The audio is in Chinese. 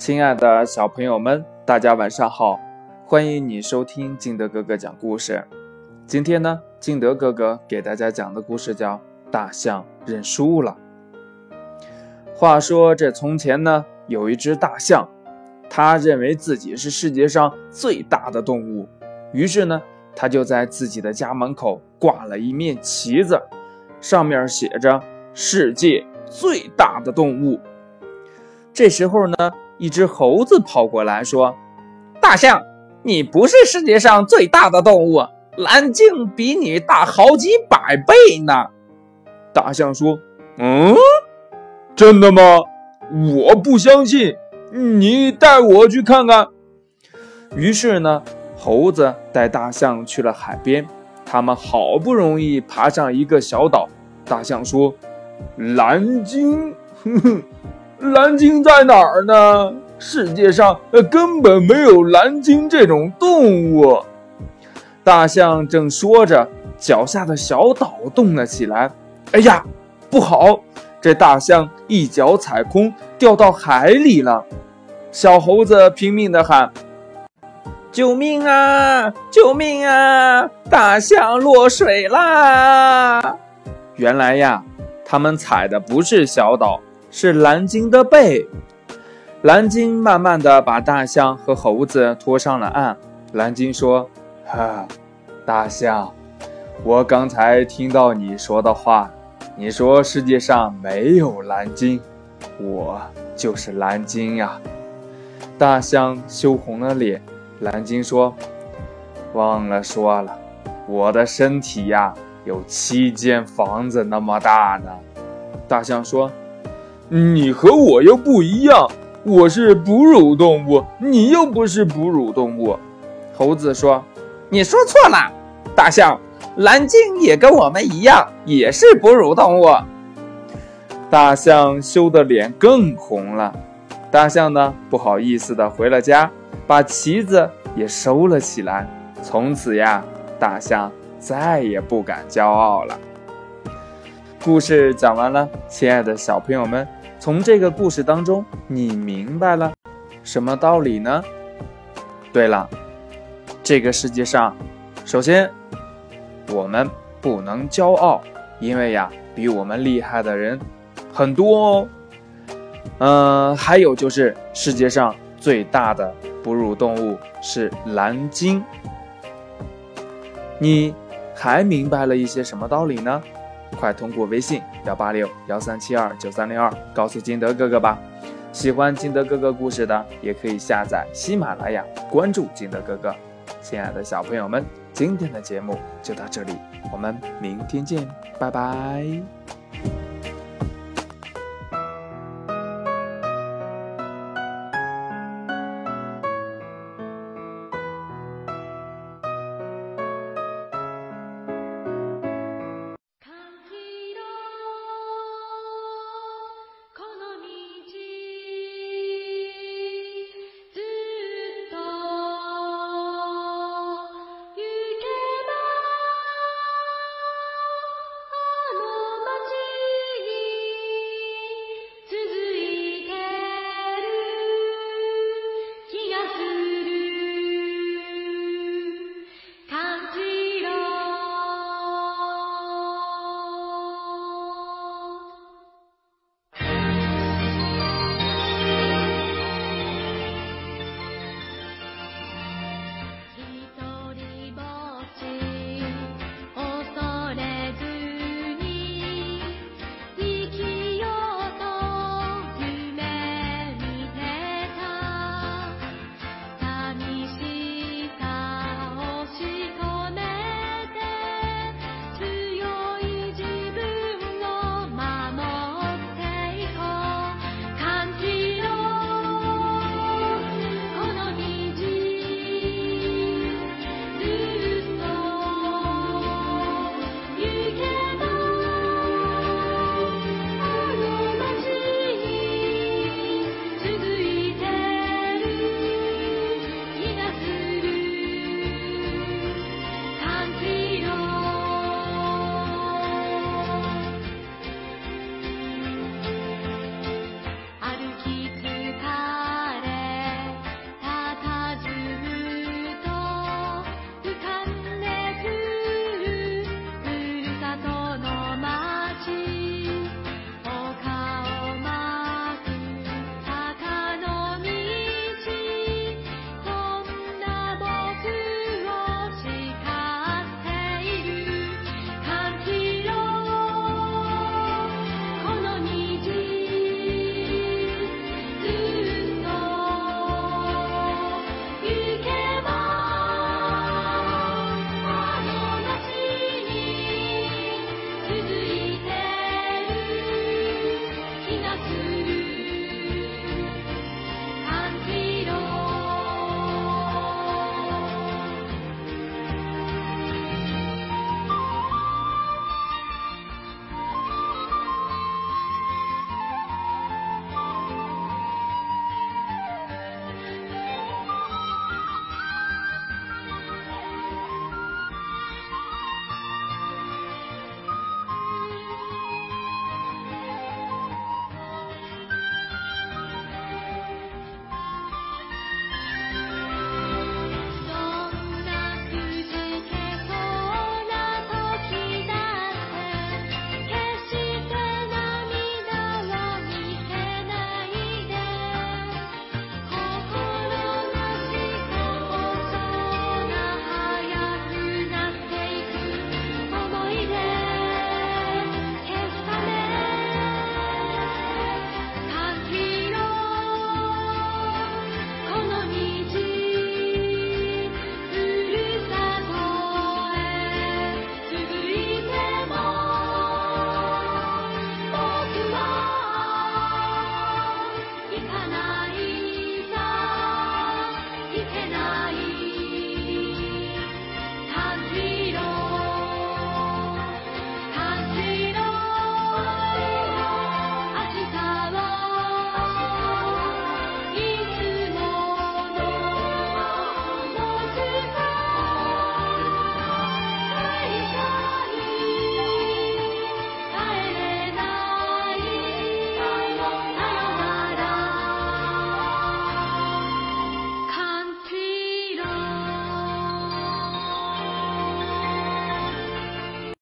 亲爱的小朋友们，大家晚上好，欢迎你收听金德哥哥讲故事。今天呢，金德哥哥给大家讲的故事叫《大象认输了》。话说这从前呢，有一只大象，他认为自己是世界上最大的动物，于是呢，他就在自己的家门口挂了一面旗子，上面写着世界最大的动物。这时候呢，一只猴子跑过来说，大象，你不是世界上最大的动物，蓝鲸比你大好几百倍呢。大象说，真的吗？我不相信，你带我去看看。于是呢，猴子带大象去了海边，他们好不容易爬上一个小岛。大象说，蓝鲸，蓝鲸在哪儿呢？世界上根本没有蓝鲸这种动物。大象正说着，脚下的小岛动了起来。哎呀，不好！这大象一脚踩空，掉到海里了。小猴子拼命地喊，救命啊！救命啊！大象落水啦！原来呀，他们踩的不是小岛，是蓝鲸的背。蓝鲸慢慢地把大象和猴子拖上了岸。蓝鲸说，大象，我刚才听到你说的话，你说世界上没有蓝鲸，我就是蓝鲸呀。大象羞红了脸。蓝鲸说，忘了说了，我的身体呀有7间房子那么大呢。大象说，你和我又不一样，我是哺乳动物，你又不是哺乳动物。猴子说，你说错了，大象，蓝鲸也跟我们一样，也是哺乳动物。大象羞得脸更红了。大象呢，不好意思地回了家，把旗子也收了起来。从此呀，大象再也不敢骄傲了。故事讲完了，亲爱的小朋友们，从这个故事当中，你明白了什么道理呢？对了，这个世界上，首先我们不能骄傲，因为呀，比我们厉害的人很多哦。还有就是世界上最大的哺乳动物是蓝鲸。你还明白了一些什么道理呢？快通过微信18613729302告诉金德哥哥吧。喜欢金德哥哥故事的，也可以下载喜马拉雅，关注金德哥哥。亲爱的小朋友们，今天的节目就到这里，我们明天见，拜拜。